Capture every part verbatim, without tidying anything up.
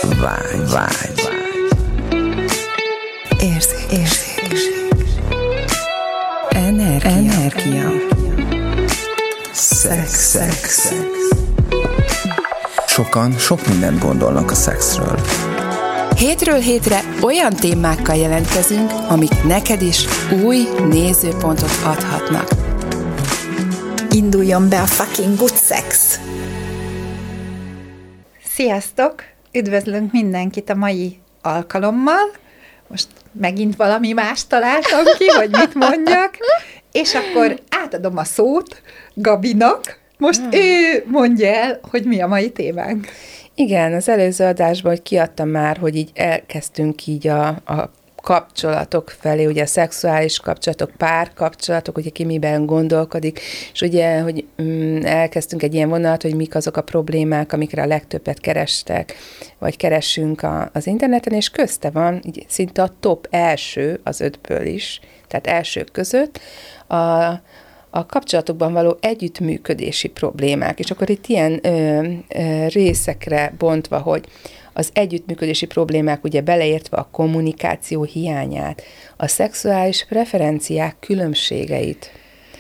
Vágy, vágy, vágy. Érzék, érzék. Energia. Energia. Szex, szex, szex. Sokan sok mindent gondolnak a szexről. Hétről hétre olyan témákkal jelentkezünk, amik neked is új nézőpontot adhatnak. Induljon be a fucking good sex! Sziasztok! Üdvözlünk mindenkit a mai alkalommal. Most megint valami más találtam ki, hogy mit mondjak. És akkor átadom a szót Gabinak. Most hmm. ő mondja el, hogy mi a mai témánk. Igen, az előző adásban, hogy kiadtam már, hogy így elkezdtünk így a, a kapcsolatok felé, ugye a szexuális kapcsolatok, párkapcsolatok, ugye ki miben gondolkodik, és ugye, hogy mm, elkezdtünk egy ilyen vonalat, hogy mik azok a problémák, amikre a legtöbbet kerestek, vagy keresünk a, az interneten, és közte van így szinte a top első az ötből is, tehát elsők között a a kapcsolatokban való együttműködési problémák, és akkor itt ilyen ö, ö, részekre bontva, hogy az együttműködési problémák ugye beleértve a kommunikáció hiányát, a szexuális preferenciák különbségeit.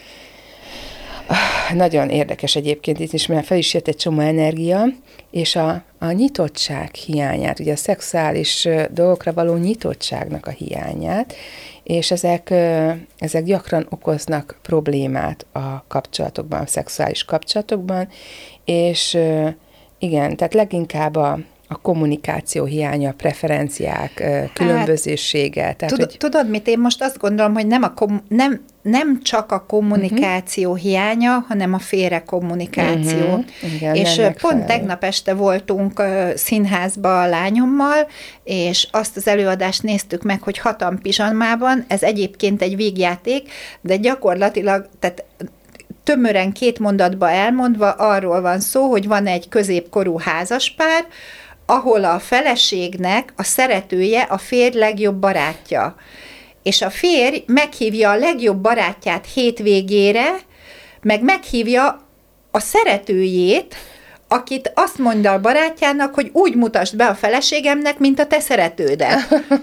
Ah, nagyon érdekes egyébként itt is, mert fel is jött egy csomó energia, és a, a nyitottság hiányát, ugye a szexuális dolgokra való nyitottságnak a hiányát, és ezek, ezek gyakran okoznak problémát a kapcsolatokban, a szexuális kapcsolatokban, és igen, tehát leginkább a, a kommunikáció hiánya, a preferenciák különbözősége. Hát, tehát, tud, hogy... Tudod mit, én most azt gondolom, hogy nem, a kom, nem, nem csak a kommunikáció uh-huh. hiánya, hanem a félrekommunikáció. Uh-huh. Igen, és pont tegnap este voltunk uh, színházba a lányommal, és azt az előadást néztük meg, hogy hatan pizsamában, ez egyébként egy vígjáték, de gyakorlatilag, tehát tömören két mondatba elmondva arról van szó, hogy van egy középkorú házaspár, ahol a feleségnek a szeretője a férj legjobb barátja. És a férj meghívja a legjobb barátját hétvégére, meg meghívja a szeretőjét, akit azt mondja a barátjának, hogy úgy mutasd be a feleségemnek, mint a te szeretődet.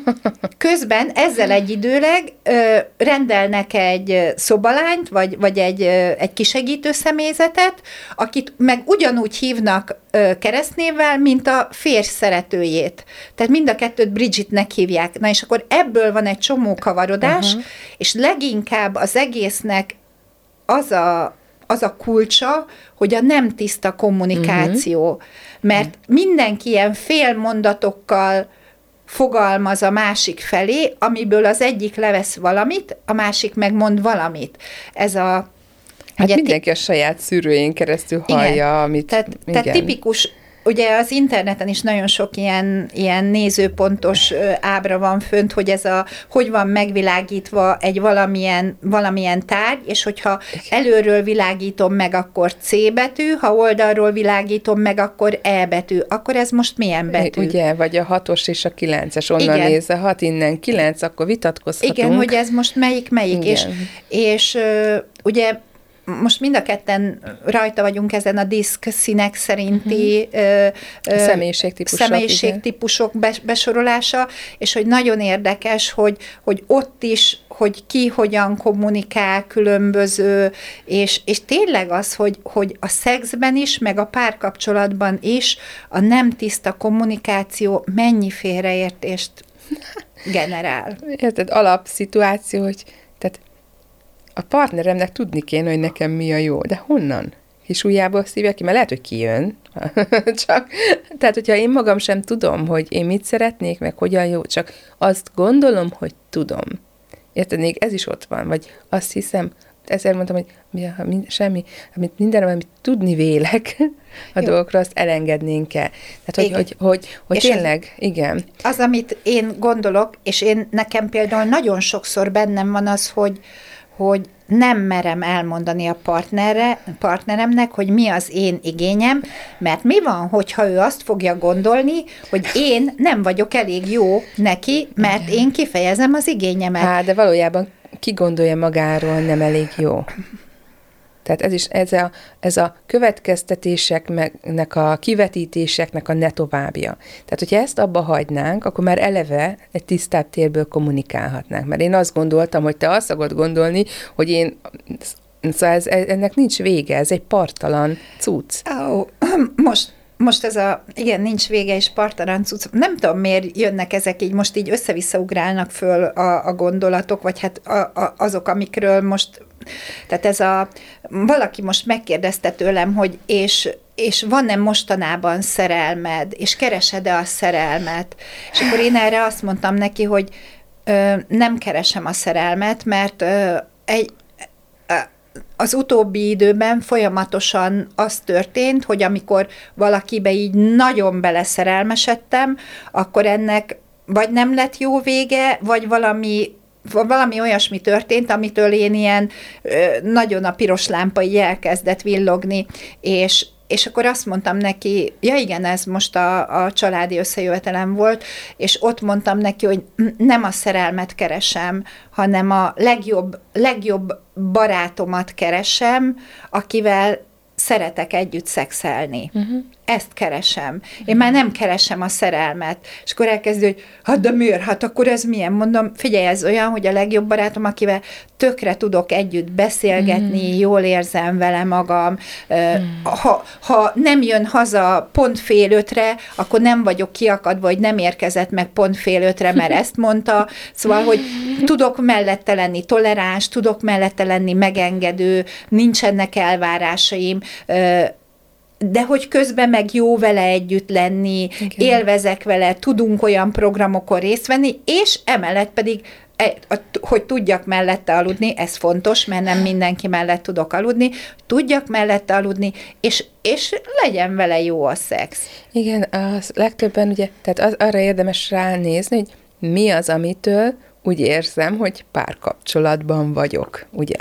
Közben ezzel egyidőleg ö, rendelnek egy szobalányt, vagy, vagy egy, ö, egy kisegítő személyzetet, akit meg ugyanúgy hívnak ö, keresztnévvel, mint a férj szeretőjét. Tehát mind a kettőt Bridgetnek hívják. Na és akkor ebből van egy csomó kavarodás, uh-huh. és leginkább az egésznek az a az a kulcsa, hogy a nem tiszta kommunikáció. Uh-huh. Mert mindenki ilyen félmondatokkal fogalmaz a másik felé, amiből az egyik levesz valamit, a másik megmond valamit. Ez a... Hát ugye, mindenki a saját szűrőjén keresztül hallja, igen, amit... Tehát, tehát tipikus, ugye az interneten is nagyon sok ilyen, ilyen nézőpontos ábra van fönt, hogy ez a, hogy van megvilágítva egy valamilyen, valamilyen tárgy, és hogyha előről világítom meg, akkor C betű, ha oldalról világítom meg, akkor E betű. Akkor ez most milyen betű? Ugye, vagy a hatos és a kilences, onnan igen. néz a hat, innen kilenc, akkor vitatkozhatunk. Igen, hogy ez most melyik, melyik. És, és ugye most mind a ketten rajta vagyunk ezen a diszk színek szerinti uh-huh. ö, személyiségtípusok, személyiségtípusok besorolása, és hogy nagyon érdekes, hogy, hogy ott is, hogy ki hogyan kommunikál különböző, és, és tényleg az, hogy, hogy a szexben is, meg a párkapcsolatban is a nem tiszta kommunikáció mennyi félreértést generál. Érted, alapszituáció, hogy tehát a partneremnek tudni kéne, hogy nekem mi a jó, de honnan? Kis ujjából szívja ki, mert lehet, hogy kijön. Csak, tehát, hogyha én magam sem tudom, hogy én mit szeretnék, meg hogyan jó, csak azt gondolom, hogy tudom. Érted, még ez is ott van, vagy azt hiszem, ezért mondtam, hogy ja, mind, semmi, amit minden, amit tudni vélek a jó. dolgokra, azt elengednénk el. Tehát, hogy, hogy, hogy, hogy tényleg, az, igen. Az, amit én gondolok, és én nekem például nagyon sokszor bennem van az, hogy hogy nem merem elmondani a partnerre, partneremnek, hogy mi az én igényem, mert mi van, hogyha ő azt fogja gondolni, hogy én nem vagyok elég jó neki, mert én kifejezem az igényemet. Há, de valójában ki gondolja magáról nem elég jó? Tehát ez is ez a, ez a következtetéseknek, a kivetítéseknek a ne továbbja. Tehát, hogyha ezt abba hagynánk, akkor már eleve egy tisztább térből kommunikálhatnánk. Mert én azt gondoltam, hogy te azt szokod gondolni, hogy én... Szóval ez, ennek nincs vége, ez egy parttalan cucc. Oh, most Most ez a, igen, nincs vége és parttalan cucc. Nem tudom, miért jönnek ezek így, most így össze-vissza ugrálnak föl a, a gondolatok, vagy hát a, a, azok, amikről most, tehát ez a, valaki most megkérdezte tőlem, hogy és, és van-e mostanában szerelmed, és keresed-e a szerelmet? És akkor én erre azt mondtam neki, hogy ö, nem keresem a szerelmet, mert ö, egy az utóbbi időben folyamatosan az történt, hogy amikor valakibe így nagyon beleszerelmesedtem, akkor ennek vagy nem lett jó vége, vagy valami, valami olyasmi történt, amitől én ilyen nagyon a piros lámpa így elkezdett villogni, és És akkor azt mondtam neki, ja igen, ez most a, a családi összejövetelem volt, és ott mondtam neki, hogy nem a szerelmet keresem, hanem a legjobb, legjobb barátomat keresem, akivel szeretek együtt szexelni. Uh-huh. Ezt keresem. Én már nem keresem a szerelmet. És akkor elkezdő, hogy hát de miért? Hát akkor ez milyen? Mondom, figyelj, ez olyan, hogy a legjobb barátom, akivel tökre tudok együtt beszélgetni, mm. jól érzem vele magam. Mm. Ha, ha nem jön haza pont fél ötre, akkor nem vagyok kiakadva, hogy nem érkezett meg pont fél ötre, mert ezt mondta. Szóval, hogy tudok mellette lenni toleráns, tudok mellette lenni megengedő, nincsenek elvárásaim, de hogy közben meg jó vele együtt lenni, igen. élvezek vele, tudunk olyan programokon részt venni, és emellett pedig, hogy tudjak mellette aludni, ez fontos, mert nem mindenki mellett tudok aludni, tudjak mellette aludni, és, és legyen vele jó a szex. Igen, az legtöbben ugye, tehát az, arra érdemes ránézni, hogy mi az, amitől úgy érzem, hogy párkapcsolatban vagyok, ugye?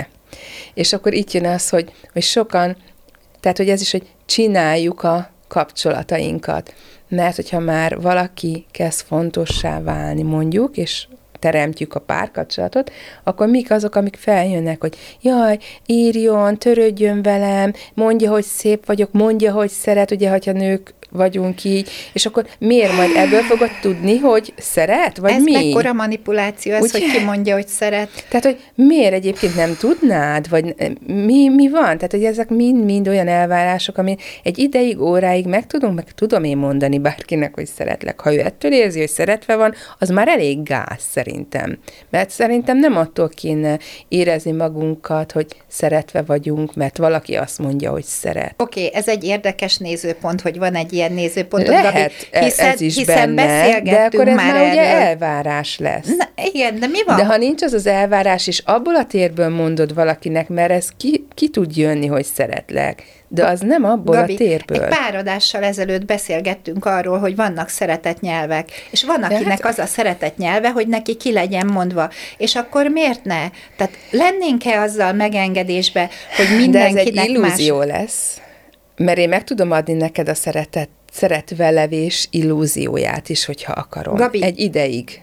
És akkor itt jön az, hogy, hogy sokan, tehát hogy ez is, hogy csináljuk a kapcsolatainkat. Mert hogyha már valaki kezd fontossá válni, mondjuk, és teremtjük a párkapcsolatot, akkor mik azok, amik feljönnek, hogy jaj, írjon, törődjön velem, mondja, hogy szép vagyok, mondja, hogy szeret, ugye, hogyha nők vagyunk így, és akkor miért majd ebből fogod tudni, hogy szeret, vagy ez mi? Ez mekkora manipuláció, ez, ugye? Hogy ki mondja, hogy szeret. Tehát, hogy miért egyébként nem tudnád, vagy mi, mi van? Tehát, hogy ezek mind-mind olyan elvárások, ami egy ideig, óráig meg tudunk, meg tudom én mondani bárkinek, hogy szeretlek. Ha ő ettől érzi, hogy szeretve van, az már elég gáz szerintem. Mert szerintem nem attól kéne érezni magunkat, hogy szeretve vagyunk, mert valaki azt mondja, hogy szeret. Oké, okay, ez egy érdekes nézőpont, hogy van egy ilyen nézőpontot, lehet, Gabi, hiszen, ez is hiszen benne, de akkor ez már, már ugye erről. elvárás lesz. Na, igen, de mi van? De ha nincs az az elvárás, és abból a térből mondod valakinek, mert ez ki, ki tud jönni, hogy szeretlek, de az nem abból Gabi, a térből. egy pár adással ezelőtt beszélgettünk arról, hogy vannak szeretett nyelvek, és van akinek hát... az a szeretett nyelve, hogy neki ki legyen mondva. És akkor miért ne? Tehát lennénk-e azzal megengedésbe, hogy mindenkinek de ez egy illúzió más... lesz. Mert én meg tudom adni neked a szeretet, szeretvelevés illúzióját is, hogyha akarom. Gabi, egy ideig,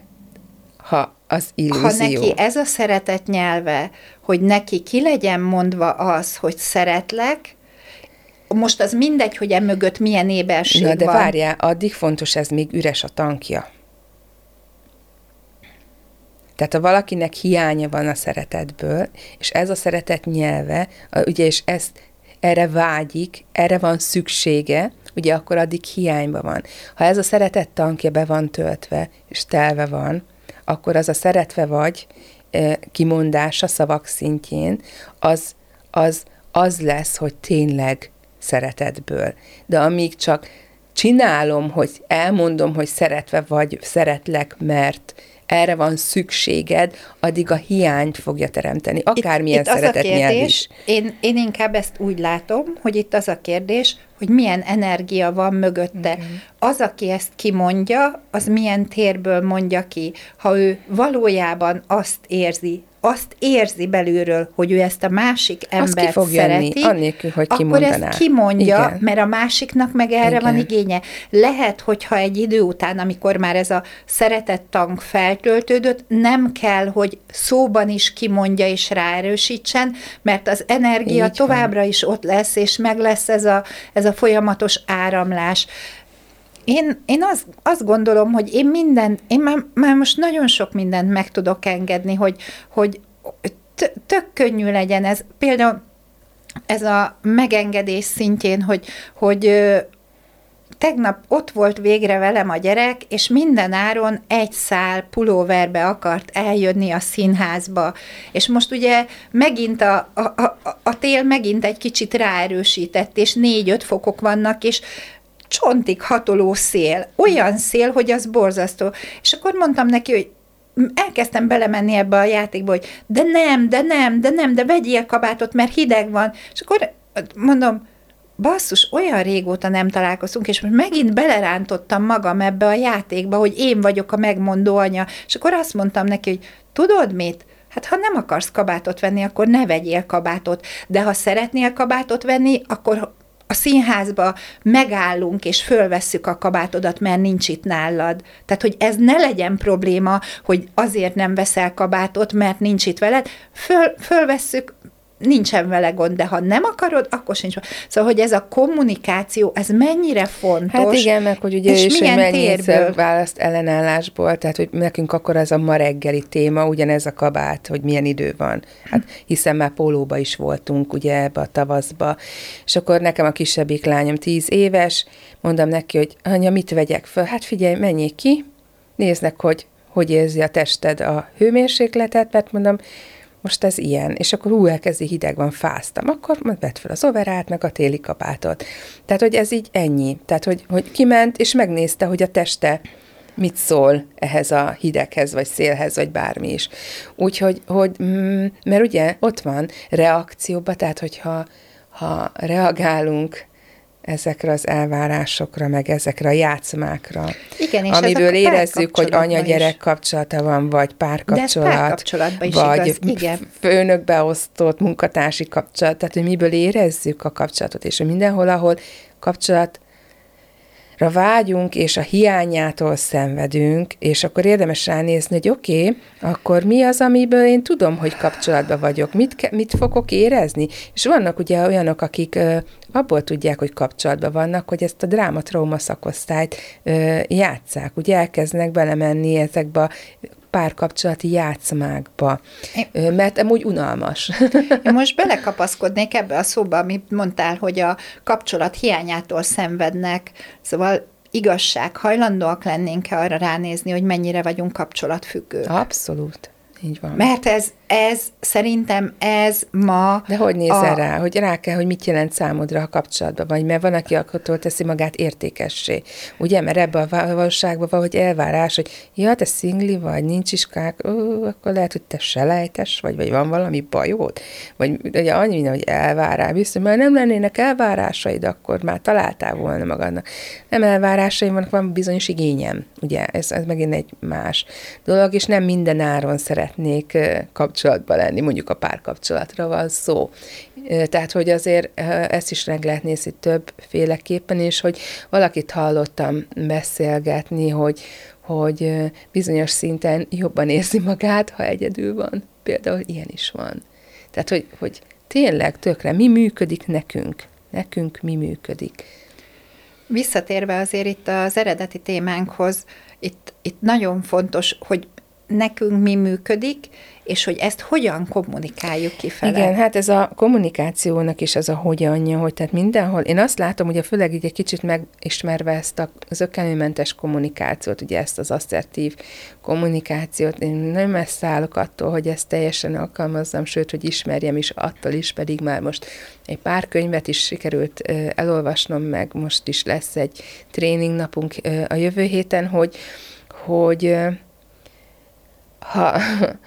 ha az illúzió. Ha neki ez a szeretet nyelve, hogy neki ki legyen mondva az, hogy szeretlek, most az mindegy, hogy emögött milyen éberség van. Na, de van. várjál, addig fontos ez, még üres a tankja. Tehát ha valakinek hiánya van a szeretetből, és ez a szeretet nyelve, ugye, és ezt erre vágyik, erre van szüksége, ugye akkor addig hiányban van. Ha ez a szeretet tankja be van töltve, és telve van, akkor az a szeretve vagy kimondása szavak szintjén, az, az, az lesz, hogy tényleg szeretetből. De amíg csak csinálom, hogy elmondom, hogy szeretve vagy, szeretlek, mert erre van szükséged, addig a hiányt fogja teremteni. Akármilyen itt, itt szeretetnyelv is. Én, én inkább ezt úgy látom, hogy itt az a kérdés, hogy milyen energia van mögötte. Okay. Az, aki ezt kimondja, az milyen térből mondja ki. Ha ő valójában azt érzi, azt érzi belülről, hogy ő ezt a másik embert fog szereti, jönni, annélkül, hogy akkor kimondaná. ezt kimondja, Igen. mert a másiknak meg erre Igen. van igénye. Lehet, hogyha egy idő után, amikor már ez a szeretettank feltöltődött, nem kell, hogy szóban is kimondja és ráerősítsen, mert az energia Így továbbra van. is ott lesz, és meg lesz ez a, ez a folyamatos áramlás. Én, én azt, azt gondolom, hogy én minden, én már, már most nagyon sok mindent meg tudok engedni, hogy, hogy tök könnyű legyen ez. Például ez a megengedés szintjén, hogy, hogy tegnap ott volt végre velem a gyerek, és minden áron egy szál pulóverbe akart eljönni a színházba. És most ugye megint a, a, a, a tél megint egy kicsit ráerősített, és négy-öt fokok vannak, és csontig hatoló szél. Olyan szél, hogy az borzasztó. És akkor mondtam neki, hogy elkezdtem belemenni ebbe a játékba, hogy de nem, de nem, de nem, de vegyél kabátot, mert hideg van. És akkor mondom, basszus, olyan régóta nem találkozunk, és most megint belerántottam magam ebbe a játékba, hogy én vagyok a megmondó anya. És akkor azt mondtam neki, hogy tudod mit? Hát ha nem akarsz kabátot venni, akkor ne vegyél kabátot. De ha szeretnél kabátot venni, akkor a színházba megállunk, és fölvesszük a kabátodat, mert nincs itt nálad. Tehát, hogy ez ne legyen probléma, hogy azért nem veszel kabátot, mert nincs itt veled. Föl, fölvesszük, nincsen vele gond, de ha nem akarod, akkor sincs. Szóval, hogy ez a kommunikáció, ez mennyire fontos. Hát igen, meg hogy ugye és is, hogy mennyiszer térből választ ellenállásból, tehát hogy nekünk akkor ez a ma reggeli téma, ugyanez a kabát, hogy milyen idő van. Hát hiszen már pólóba is voltunk, ugye ebbe a tavaszba, és akkor nekem a kisebbik lányom tíz éves, mondom neki, hogy anya, mit vegyek föl? Hát figyelj, menjél ki, néznek, hogy hogy érzi a tested a hőmérsékletet, mert mondom, most ez ilyen, és akkor hú, elkezdi, hideg van, fáztam, akkor vedd fel az overát, meg a téli kabátot. Tehát, hogy ez így ennyi. Tehát, hogy, hogy kiment, és megnézte, hogy a teste mit szól ehhez a hideghez, vagy szélhez, vagy bármi is. Úgyhogy, hogy, mm, mert ugye ott van reakcióba, tehát, hogyha ha reagálunk ezekre az elvárásokra, meg ezekre a játszmákra, igen, és amiből érezzük, hogy anya-gyerek kapcsolata van, vagy párkapcsolat, is vagy igaz. Igen. főnök-beosztott munkatársi kapcsolat, tehát hogy miből érezzük a kapcsolatot, és hogy mindenhol, ahol kapcsolat vágyunk, és a hiányától szenvedünk, és akkor érdemes ránézni, hogy oké, okay, akkor mi az, amiből én tudom, hogy kapcsolatban vagyok, mit, ke- mit fogok érezni? És vannak ugye olyanok, akik ö, abból tudják, hogy kapcsolatban vannak, hogy ezt a dráma-trauma szakosztályt ö, játsszák, ugye elkezdenek belemenni ezekbe a párkapcsolati játszmákba, Én... mert amúgy unalmas. Én most belekapaszkodnék ebbe a szóba, amit mondtál, hogy a kapcsolat hiányától szenvednek, szóval igazság, hajlandóak lennénk-e arra ránézni, hogy mennyire vagyunk kapcsolatfüggők? Abszolút. Így van. Mert ez, ez, szerintem ez ma... De hogy nézel a... rá, hogy rá kell, hogy mit jelent számodra a kapcsolatban vagy, mert van, aki akkor teszi magát értékessé. Ugye, mert ebben a valóságban van, hogy elvárás, hogy ja, te szingli vagy, nincs iskák, ó, akkor lehet, hogy te selejtes vagy, vagy van valami bajod, vagy ugye annyi minden, hogy elvárás, biztos, mert nem lennének elvárásaid, akkor már találtál volna magadnak. Nem elvárásaim vannak, van bizonyos igényem, ugye, ez, ez megint egy más dolog, és nem minden áron szeretnék kapcsolatban lenni, mondjuk a párkapcsolatra van szó. Tehát, hogy azért ezt is meg lehet nézni többféleképpen, és hogy valakit hallottam beszélgetni, hogy, hogy bizonyos szinten jobban érzi magát, ha egyedül van. Például ilyen is van. Tehát, hogy, hogy tényleg tökre mi működik nekünk? Nekünk mi működik? Visszatérve azért itt az eredeti témánkhoz, itt, itt nagyon fontos, hogy nekünk mi működik, és hogy ezt hogyan kommunikáljuk kifele. Igen, hát ez a kommunikációnak is ez a hogyanja, hogy tehát mindenhol, én azt látom, ugye főleg így egy kicsit megismerve ezt a zökkenőmentes kommunikációt, ugye ezt az asszertív kommunikációt, én nem messze állok attól, hogy ezt teljesen alkalmazzam, sőt, hogy ismerjem is attól is, pedig már most egy pár könyvet is sikerült uh, elolvasnom, meg most is lesz egy tréningnapunk uh, a jövő héten, hogy, hogy uh, ha...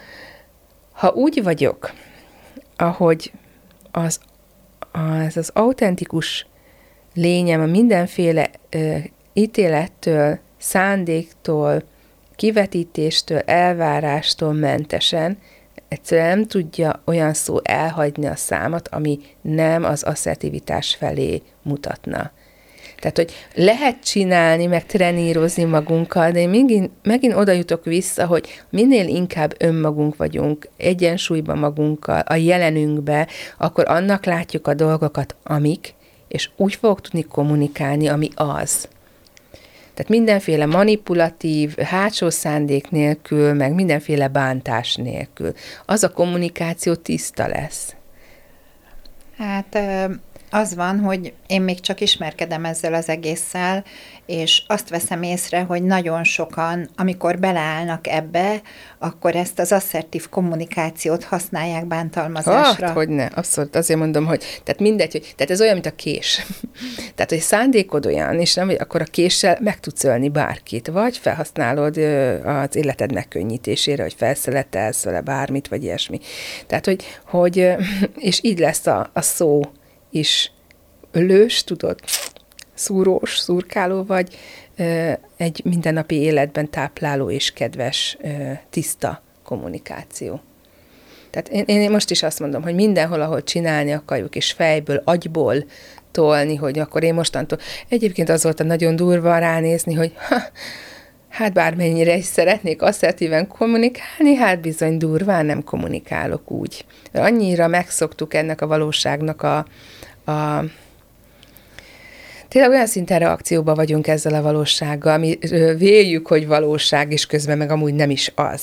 Ha úgy vagyok, ahogy az az, az autentikus lényem a mindenféle ö, ítélettől, szándéktól, kivetítéstől, elvárástól mentesen, egyszerűen nem tudja olyan szó elhagyni a számat, ami nem az asszertivitás felé mutatna. Tehát, hogy lehet csinálni, meg trenírozni magunkkal, de én megint, megint oda jutok vissza, hogy minél inkább önmagunk vagyunk, egyensúlyban magunkkal, a jelenünkbe, akkor annak látjuk a dolgokat, amik, és úgy fogok tudni kommunikálni, ami az. Tehát mindenféle manipulatív, hátsó szándék nélkül, meg mindenféle bántás nélkül. Az a kommunikáció tiszta lesz. Hát az van, hogy én még csak ismerkedem ezzel az egésszel, és azt veszem észre, hogy nagyon sokan, amikor beleállnak ebbe, akkor ezt az asszertív kommunikációt használják bántalmazásra. Hát, hogy ne, abszolút azért mondom, hogy tehát mindegy, hogy tehát ez olyan, mint a kés. Tehát, hogy szándékod olyan, és nem, akkor a késsel meg tudsz ölni bárkit, vagy felhasználod az életed megkönnyítésére, hogy felszeletelsz vele bármit, vagy ilyesmi. Tehát, hogy, hogy és így lesz a, a szó is ölős, tudod, szúrós, szurkáló vagy, egy mindennapi életben tápláló és kedves, tiszta kommunikáció. Tehát én, én most is azt mondom, hogy mindenhol, ahol csinálni akarjuk, és fejből, agyból tolni, hogy akkor én mostantól... Egyébként az volt a nagyon durva ránézni, hogy ha, hát bármennyire is szeretnék asszertíven kommunikálni, hát bizony durván nem kommunikálok úgy. Annyira megszoktuk ennek a valóságnak a, a tényleg olyan szinten reakcióban vagyunk ezzel a valósággal, mi véljük, hogy valóság, és közben meg amúgy nem is az.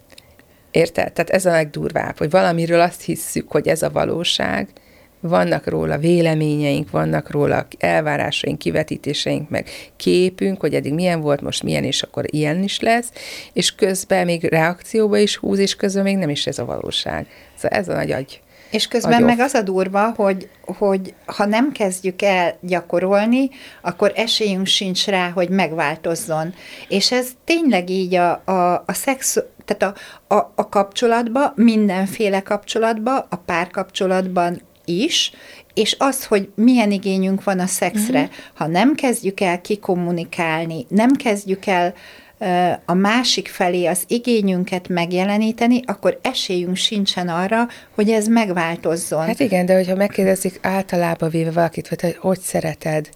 Érted? Tehát ez a legdurvább, hogy valamiről azt hisszük, hogy ez a valóság, vannak róla véleményeink, vannak róla elvárásaink, kivetítéseink, meg képünk, hogy eddig milyen volt, most milyen, és akkor ilyen is lesz, és közben még reakcióba is húz, és közben még nem is ez a valóság. Szóval ez a nagy agy. És közben meg az a durva, hogy, hogy ha nem kezdjük el gyakorolni, akkor esélyünk sincs rá, hogy megváltozzon. És ez tényleg így a, a, a szex, tehát a, a, a kapcsolatban, mindenféle kapcsolatban, a párkapcsolatban is, és az, hogy milyen igényünk van a szexre, uh-huh. ha nem kezdjük el kikommunikálni, nem kezdjük el a másik felé az igényünket megjeleníteni, akkor esélyünk sincsen arra, hogy ez megváltozzon. Hát igen, de hogyha megkérdezik általában véve valakit, hogy hogy szereted,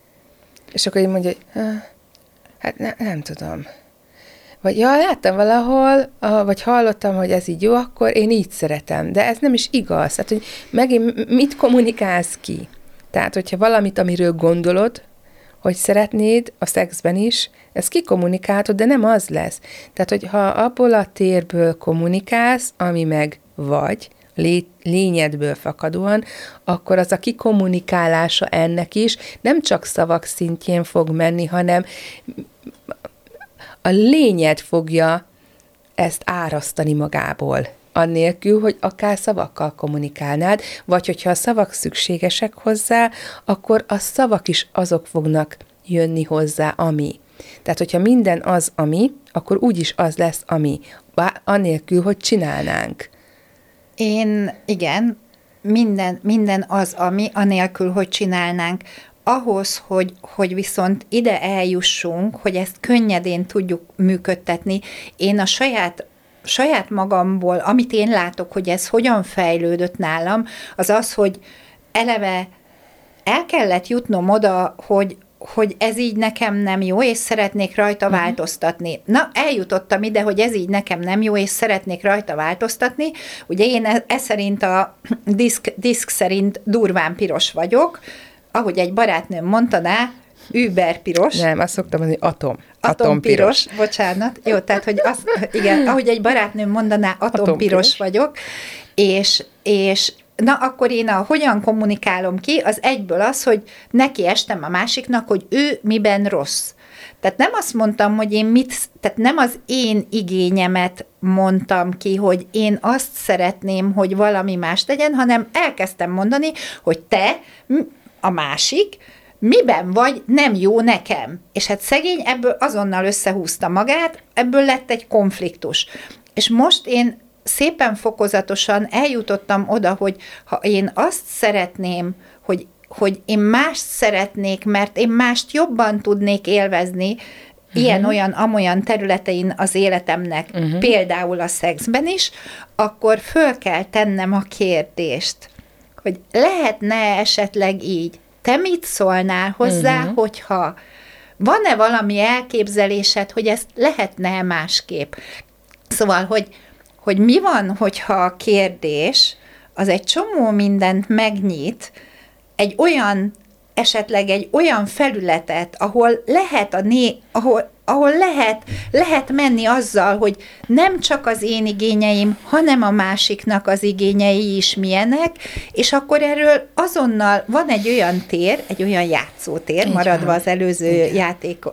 és akkor így mondja, hogy hát ne, nem tudom. Vagy ja, láttam valahol, vagy hallottam, hogy ez így jó, akkor én így szeretem. De ez nem is igaz. Tehát, hogy megint mit kommunikálsz ki? Tehát, hogyha valamit, amiről gondolod, hogy szeretnéd a szexben is, ezt kikommunikálod, de nem az lesz. Tehát, hogyha abból a térből kommunikálsz, ami meg vagy, lé- lényedből fakadóan, akkor az a kikommunikálása ennek is nem csak szavak szintjén fog menni, hanem a lényed fogja ezt árasztani magából, annélkül, hogy akár szavakkal kommunikálnád, vagy hogyha a szavak szükségesek hozzá, akkor a szavak is azok fognak jönni hozzá, ami. Tehát, hogyha minden az, ami, akkor úgyis az lesz, ami, annélkül, hogy csinálnánk. Én, igen, minden, minden az, ami, anélkül, hogy csinálnánk. Ahhoz, hogy, hogy viszont ide eljussunk, hogy ezt könnyedén tudjuk működtetni, én a saját, saját magamból, amit én látok, hogy ez hogyan fejlődött nálam, az az, hogy eleve el kellett jutnom oda, hogy, hogy ez így nekem nem jó, és szeretnék rajta uh-huh. változtatni. Na, eljutottam ide, hogy ez így nekem nem jó, és szeretnék rajta változtatni. Ugye én e, e szerint a diszk, diszk szerint durván piros vagyok, ahogy egy barátnőm mondaná, überpiros. Nem, azt szoktam mondani, atom. Atompiros, atom bocsánat. Jó, tehát, hogy az, igen, ahogy egy barátnőm mondaná, atompiros atom vagyok, és, és na, akkor én a hogyan kommunikálom ki, az egyből az, hogy neki estem a másiknak, hogy ő miben rossz. Tehát nem azt mondtam, hogy én mit, tehát nem az én igényemet mondtam ki, hogy én azt szeretném, hogy valami más legyen, hanem elkezdtem mondani, hogy te, a másik, miben vagy nem jó nekem. És hát szegény ebből azonnal összehúzta magát, ebből lett egy konfliktus. És most én szépen fokozatosan eljutottam oda, hogy ha én azt szeretném, hogy, hogy én mást szeretnék, mert én mást jobban tudnék élvezni, ilyen-olyan, amolyan területein az életemnek, uh-huh. például a szexben is, akkor föl kell tennem a kérdést, hogy lehetne esetleg így. Te mit szólnál hozzá, uh-huh. hogyha van-e valami elképzelésed, hogy ezt lehetne másképp? Szóval, hogy, hogy mi van, hogyha a kérdés az egy csomó mindent megnyit, egy olyan, esetleg egy olyan felületet, ahol lehet a né, ahol, ahol lehet, lehet menni azzal, hogy nem csak az én igényeim, hanem a másiknak az igényei is milyenek, és akkor erről azonnal van egy olyan tér, egy olyan játszótér, maradva az előző Igen. játék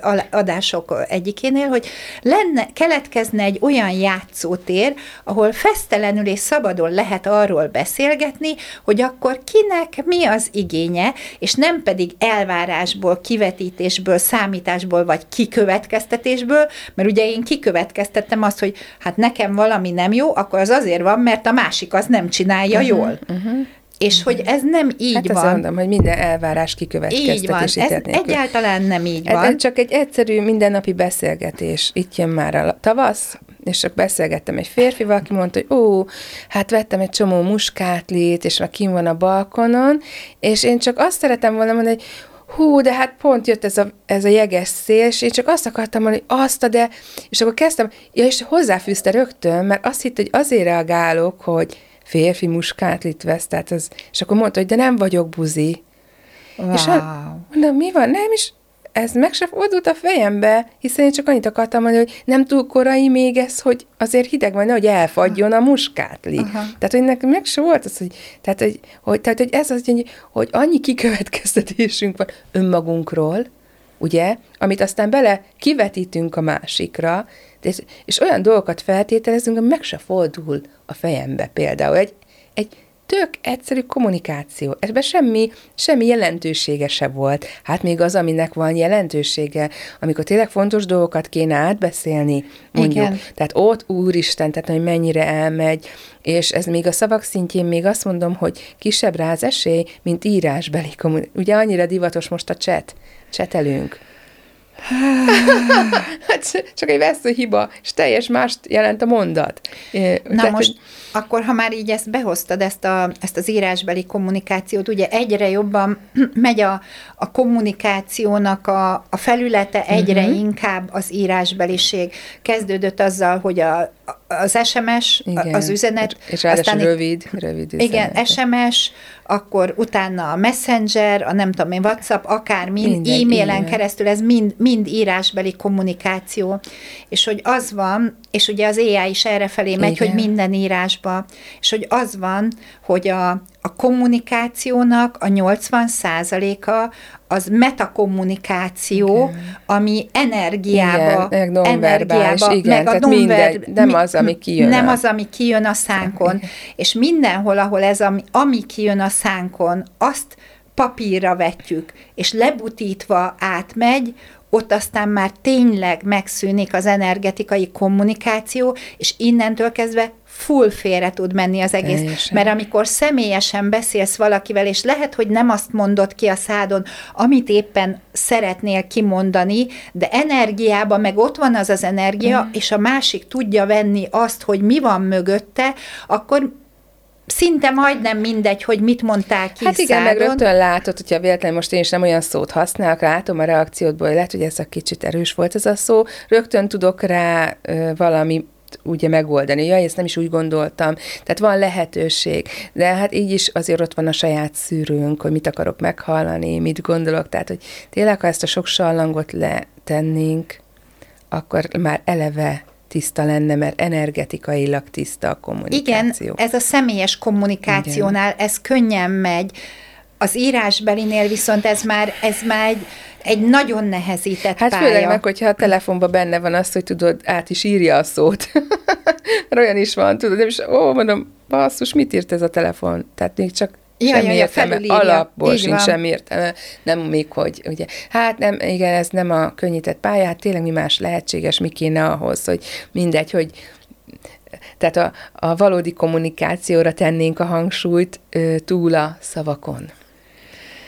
adások egyikénél, hogy lenne, keletkezne egy olyan játszótér, ahol fesztelenül és szabadon lehet arról beszélgetni, hogy akkor kinek mi az igénye, és nem pedig elvárásból, kivetítésből, számításból, vagy kikövetkeztetésből, mert ugye én kikövetkeztettem azt, hogy hát nekem valami nem jó, akkor az azért van, mert a másik az nem csinálja uh-huh, jól. Uh-huh. És hogy ez nem így hát van. Hát azt mondom, hogy minden elvárás kikövetkeztetés. Így van, ez nélkül. Egyáltalán nem így van. Ez csak egy egyszerű mindennapi beszélgetés. Itt jön már a tavasz, és csak beszélgettem egy férfival, aki mondta, hogy ó, hát vettem egy csomó muskátlit, és már kim van a balkonon, és én csak azt szeretem volna mondani, hogy hú, de hát pont jött ez a, ez a jeges szél, és én csak azt akartam mondani, hogy azt, de, és akkor kezdtem, ja, és hozzáfűzte rögtön, mert azt hitt, hogy azért reagálok, hogy férfi muskátlit vesz, tehát az, és akkor mondta, hogy de nem vagyok buzi. Wow. És mondom, mi van? Nem is, ez meg se fordult a fejembe, hiszen én csak annyit akartam mondani, hogy nem túl korai még ez, hogy azért hideg van, hogy elfagyjon a muskátli. Aha. Tehát, hogy nekem meg se volt az, hogy, tehát, hogy, hogy, tehát, hogy ez az, hogy, hogy annyi kikövetkeztetésünk van önmagunkról, ugye, amit aztán bele kivetítünk a másikra, és, és olyan dolgokat feltételezünk, hogy meg se fordul a fejembe például. Egy, egy tök egyszerű kommunikáció. Ebben semmi, semmi jelentősége se volt. Hát még az, aminek van jelentősége, amikor tényleg fontos dolgokat kéne átbeszélni, mondjuk. Igen. Tehát ott úristen, tehát hogy mennyire elmegy, és ez még a szavak szintjén még azt mondom, hogy kisebb rá az esély, mint írásbeli kommunikáció. Ugye annyira divatos most a chat, csetelünk. Hát csak egy veszőhiba, és teljes mást jelent a mondat. Na Tehát, most, hogy... akkor ha már így ezt behoztad, ezt, a, ezt az írásbeli kommunikációt, ugye egyre jobban megy a, a kommunikációnak a, a felülete, egyre uh-huh. inkább az írásbeliség. Kezdődött azzal, hogy a, az es em es, igen. az üzenet. És ráadásul rövid, rövid üzenet. Igen, es em es, akkor utána a Messenger, a nem tudom én, WhatsApp, akár mind, e-mailen igen. keresztül, ez mind, mind írásbeli kommunikáció. És hogy az van, és ugye az á i is errefelé megy, igen. hogy minden írásba, és hogy az van, hogy a, a kommunikációnak a nyolcvan százaléka az metakommunikáció, igen. ami energiába, igen, meg energiába, igen, meg a mindegy, nem az, ami kijön. Nem a... az, ami kijön a szánkon. Igen. És mindenhol, ahol ez, ami, ami kijön a szánkon, azt papírra vetjük, és lebutítva átmegy, ott aztán már tényleg megszűnik az energetikai kommunikáció, és innentől kezdve full félre tud menni az egész. Teljesen. Mert amikor személyesen beszélsz valakivel, és lehet, hogy nem azt mondod ki a szádon, amit éppen szeretnél kimondani, de energiában meg ott van az az energia, mm. és a másik tudja venni azt, hogy mi van mögötte, akkor szinte majdnem mindegy, hogy mit mondtál ki Hát igen, szádon. meg rögtön látod, hogyha véletlenül most én is nem olyan szót használok, látom a reakciódból, hogy lehet, hogy ez a kicsit erős volt ez a szó, rögtön tudok rá ö, valami ugye megoldani. Jaj, ezt nem is úgy gondoltam. Tehát van lehetőség. De hát így is azért ott van a saját szűrőnk, hogy mit akarok meghallani, mit gondolok. Tehát, hogy tényleg, ha ezt a sok sallangot letennénk, akkor már eleve tiszta lenne, mert energetikailag tiszta a kommunikáció. Igen, ez a személyes kommunikációnál, igen. ez könnyen megy. Az írásbelinél viszont ez már, ez már egy, egy nagyon nehezített hát pálya. Hát főleg meg, hogyha a telefonban benne van az, hogy tudod, át is írja a szót. Mert olyan is van, tudod, és ó, mondom, basszus, mit írt ez a telefon? Tehát még csak ja, semmi ja, értelme, alapból így sincs semmi értelme, nem még hogy, ugye, hát nem, igen, ez nem a könnyített pálya, hát tényleg mi más lehetséges, mi kéne ahhoz, hogy mindegy, hogy tehát a, a valódi kommunikációra tennénk a hangsúlyt ö, túl a szavakon.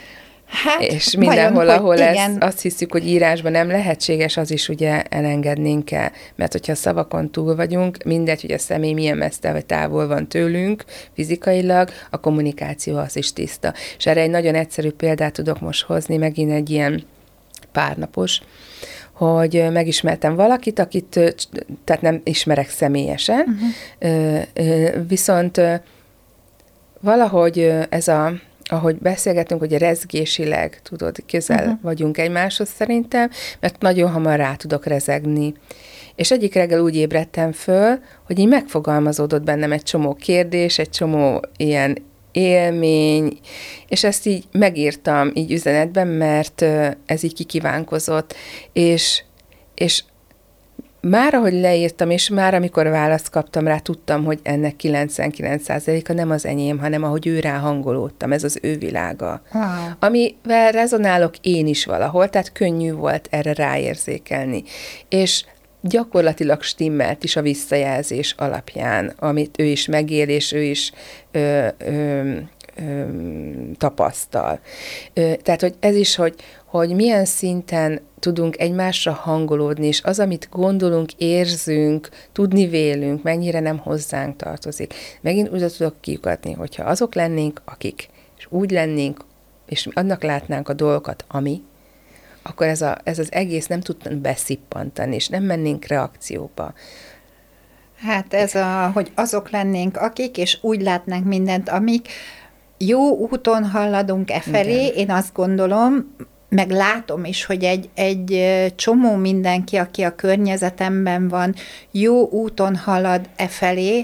Hát, és mindenhol, vajon, ahol ez, ezt azt hiszük, hogy írásban nem lehetséges, az is ugye elengednénk kell. Mert hogyha szavakon túl vagyunk, mindegy, hogy a személy milyen messze vagy távol van tőlünk fizikailag, a kommunikáció az is tiszta. És erre egy nagyon egyszerű példát tudok most hozni, megint egy ilyen párnapos, hogy megismertem valakit, akit tehát nem ismerek személyesen, uh-huh. viszont valahogy ez a, ahogy beszélgetünk, hogy rezgésileg, tudod, közel uh-huh. vagyunk egymáshoz szerintem, mert nagyon hamar rá tudok rezegni. És egyik reggel úgy ébredtem föl, hogy így megfogalmazódott bennem egy csomó kérdés, egy csomó ilyen élmény, és ezt így megírtam így üzenetben, mert ez így kikívánkozott, és, és már ahogy leírtam, és már amikor választ kaptam rá, tudtam, hogy ennek kilencvenkilenc százaléka nem az enyém, hanem ahogy ő rá hangolódtam, ez az ő világa. Wow. Amivel rezonálok én is valahol, tehát könnyű volt erre ráérzékelni. És gyakorlatilag stimmelt is a visszajelzés alapján, amit ő is megél, és ő is ö, ö, ö, tapasztal. Ö, tehát, hogy ez is, hogy, hogy milyen szinten tudunk egymásra hangolódni, és az, amit gondolunk, érzünk, tudni vélünk, mennyire nem hozzánk tartozik. Megint úgy tudok kiukatni, hogyha azok lennénk, akik, és úgy lennénk, és annak látnánk a dolgokat, ami, akkor ez, a, ez az egész nem tudna beszippantani, és nem mennénk reakcióba. Hát ez a, hogy azok lennénk akik, és úgy látnánk mindent, amik jó úton haladunk e felé, igen. Én azt gondolom, meg látom is, hogy egy, egy csomó mindenki, aki a környezetemben van, jó úton halad e felé,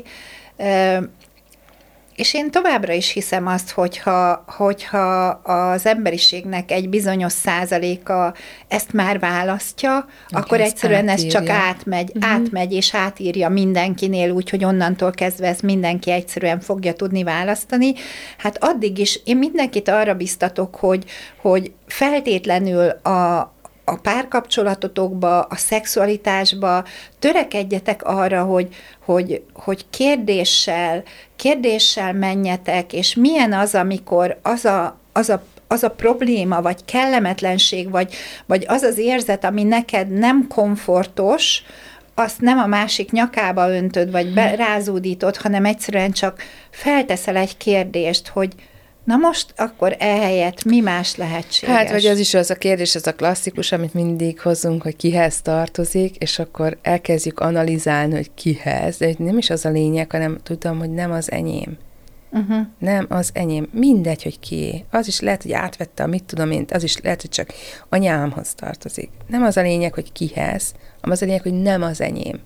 és én továbbra is hiszem azt, hogyha, hogyha az emberiségnek egy bizonyos százaléka ezt már választja, okay, akkor egyszerűen átírja. Ez csak átmegy, uh-huh. átmegy és átírja mindenkinél, úgyhogy onnantól kezdve ezt mindenki egyszerűen fogja tudni választani. Hát addig is én mindenkit arra biztatok, hogy, hogy feltétlenül a a párkapcsolatotokba, a szexualitásba törekedjetek arra, hogy, hogy, hogy kérdéssel, kérdéssel menjetek, és milyen az, amikor az a, az a, az a probléma, vagy kellemetlenség, vagy, vagy az az érzet, ami neked nem komfortos, azt nem a másik nyakába öntöd, vagy be, rázúdítod, hanem egyszerűen csak felteszel egy kérdést, hogy na most akkor ehelyett mi más lehetséges? Hát, hogy az is az a kérdés, az a klasszikus, amit mindig hozunk, hogy kihez tartozik, és akkor elkezdjük analizálni, hogy kihez, de nem is az a lényeg, hanem tudom, hogy nem az enyém. Uh-huh. Nem az enyém. Mindegy, hogy kié. Az is lehet, hogy átvette a mit tudom én, az is lehet, hogy csak anyámhoz tartozik. Nem az a lényeg, hogy kihez, hanem az a lényeg, hogy nem az enyém.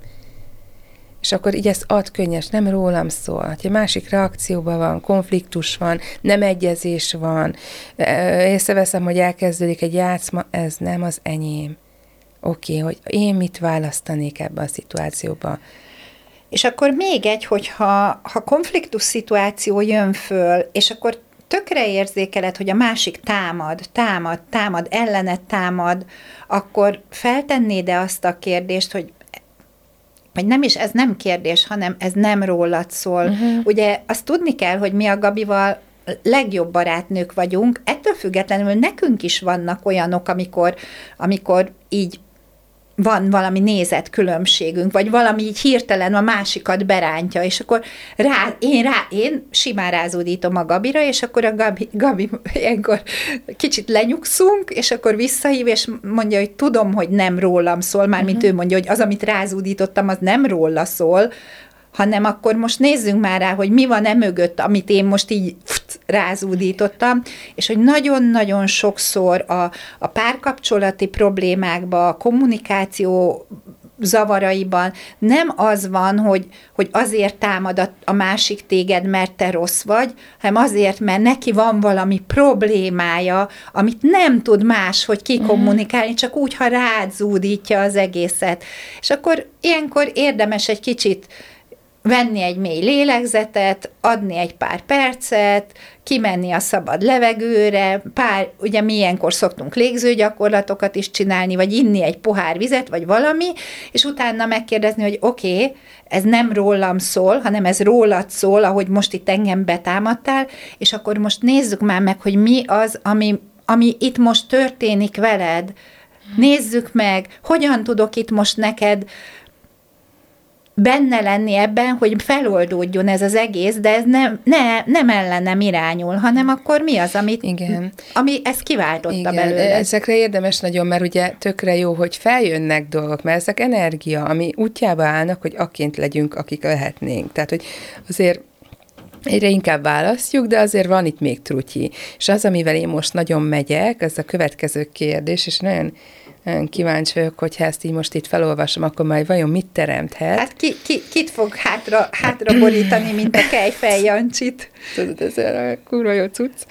És akkor így ezt ad könnyes, nem rólam szól. Ha egy másik reakcióban van, konfliktus van, nem egyezés van, észreveszem, hogy elkezdődik egy játszma, ez nem az enyém. Oké, okay, hogy én mit választanék ebbe a szituációba. És akkor még egy, hogyha ha konfliktus szituáció jön föl, és akkor tökre érzékeled, hogy a másik támad, támad, támad, ellened támad, akkor feltennéd-e azt a kérdést, hogy vagy nem is, ez nem kérdés, hanem ez nem rólad szól. Uh-huh. Ugye azt tudni kell, hogy mi a Gabival legjobb barátnők vagyunk, ettől függetlenül nekünk is vannak olyanok, amikor, amikor így van valami nézetkülönbségünk, vagy valami így hirtelen a másikat berántja, és akkor rá, én, rá, én simán rázódítom a Gabira, és akkor a Gabi, Gabi ilyenkor kicsit lenyugszunk, és akkor visszahív, és mondja, hogy tudom, hogy nem rólam szól, mármint uh-huh. ő mondja, hogy az, amit rázódítottam, az nem róla szól, hanem akkor most nézzünk már rá, hogy mi van e mögött, amit én most így pft, rázúdítottam, és hogy nagyon-nagyon sokszor a, a párkapcsolati problémákban, a kommunikáció zavaraiban nem az van, hogy, hogy azért támad a, a másik téged, mert te rossz vagy, hanem azért, mert neki van valami problémája, amit nem tud máshogy kikommunikálni, csak úgy, ha rád zúdítja az egészet. És akkor ilyenkor érdemes egy kicsit venni egy mély lélegzetet, adni egy pár percet, kimenni a szabad levegőre, pár, ugye mi ilyenkor szoktunk légzőgyakorlatokat is csinálni, vagy inni egy pohár vizet, vagy valami, és utána megkérdezni, hogy oké, okay, ez nem rólam szól, hanem ez rólad szól, ahogy most itt engem betámadtál, és akkor most nézzük már meg, hogy mi az, ami ami itt most történik veled, nézzük meg, hogyan tudok itt most neked benne lenni ebben, hogy feloldódjon ez az egész, de ez nem, ne, nem ellenem irányul, hanem akkor mi az, amit, Igen. ami ezt kiváltotta Igen, belőle. ezekre érdemes nagyon, mert ugye tökre jó, hogy feljönnek dolgok, mert ezek energia, ami útjába állnak, hogy akként legyünk, akik lehetnénk. Tehát, hogy azért egyre inkább választjuk, de azért van itt még trutyi. És az, amivel én most nagyon megyek, ez a következő kérdés, és nagyon Nagyon kíváncsi vagyok, hogyha ezt így most itt felolvasom, akkor majd vajon mit teremthet? Hát ki, ki, kit fog hátra, hátra borítani, mint a Kejfej Jancsit? Tudod, ez a kurva jó cucc.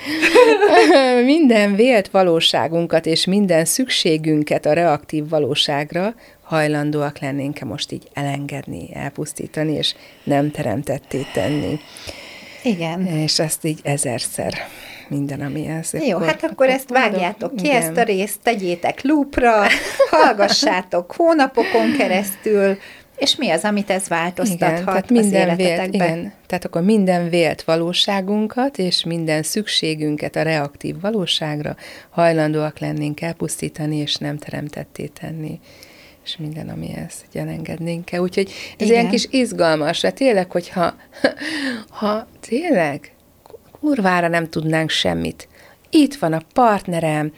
Minden vélt valóságunkat és minden szükségünket a reaktív valóságra hajlandóak lennénk-e most így elengedni, elpusztítani, és nem teremtetté tenni. Igen. És ezt így ezerszer. Minden, ami ez. Jó, akkor, hát akkor ezt vágjátok ki, igen. Ezt a részt tegyétek loopra, hallgassátok hónapokon keresztül, és mi az, amit ez változtathat igen, tehát minden az életetekben? Vélt, igen, tehát akkor minden vélt valóságunkat, és minden szükségünket a reaktív valóságra hajlandóak lennénk elpusztítani, és nem teremtetté tenni. És minden, ami ezt elengednénk el. Úgyhogy ez igen. Ilyen kis izgalmas, de tényleg, hogyha ha tényleg kurvára nem tudnánk semmit. Itt van a partnerem,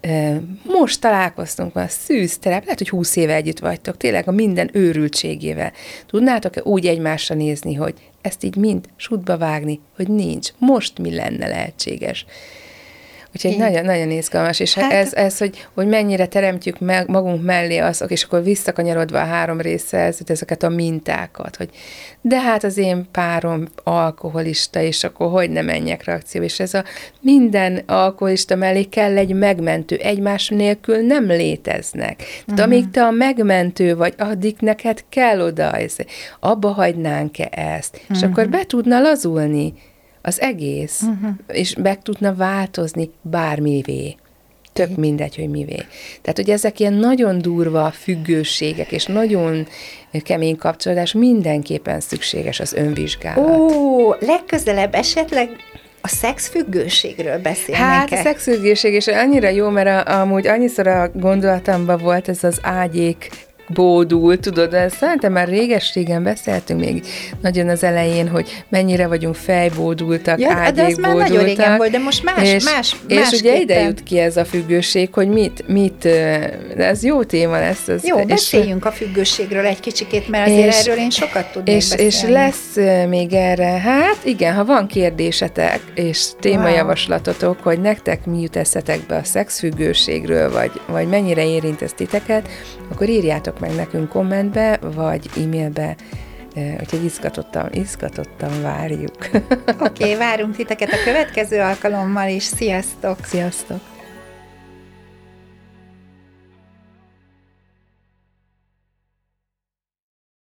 most találkoztunk, van a szűzterep, lehet, hogy húsz éve együtt vagytok, tényleg a minden őrültségével. Tudnátok-e úgy egymásra nézni, hogy ezt így mind sútba vágni, hogy nincs, most mi lenne lehetséges? Úgyhogy nagyon, nagyon izgalmas, és hát, ez, ez hogy, hogy mennyire teremtjük meg magunk mellé azok, és akkor visszakanyarodva a három részhez, ezeket a mintákat, hogy de hát az én párom alkoholista, és akkor hogy ne menjek reakcióba, és ez a minden alkoholista mellé kell egy megmentő, egymás nélkül nem léteznek. Tehát uh-huh. amíg te a megmentő vagy, addig neked kell oda, abba hagynánk-e ezt, uh-huh. és akkor be tudna lazulni az egész, uh-huh. és meg tudna változni bármivé. Tök mindegy, hogy mivé. Tehát, hogy ezek ilyen nagyon durva függőségek, és nagyon kemény kapcsolódás, mindenképpen szükséges az önvizsgálat. Ó, legközelebb esetleg a szexfüggőségről beszélnek. Hát a szexfüggőség, és annyira jó, mert a, amúgy annyiszor a gondolatomban volt ez az ágyék bódul, tudod, de szerintem már réges-régen beszéltünk még nagyon az elején, hogy mennyire vagyunk fejbódultak, ja, ágyékbódultak. De az már nagyon régen volt, de most más, és, más, És ugye ide jut ki ez a függőség, hogy mit, mit, de ez jó téma lesz. Ez, jó, beszéljünk a függőségről egy kicsikét, mert azért és, erről én sokat tudnék és, beszélni. És lesz még erre, hát igen, ha van kérdésetek, és témajavaslatotok, wow. hogy nektek mi jut eszetekbe a szexfüggőségről, vagy, vagy mennyire érint ez titeket, akkor írjátok meg nekünk kommentbe, vagy e-mailbe, úgyhogy izgatottan, izgatottan várjuk. Oké, okay, várunk titeket a következő alkalommal is. Sziasztok! Sziasztok!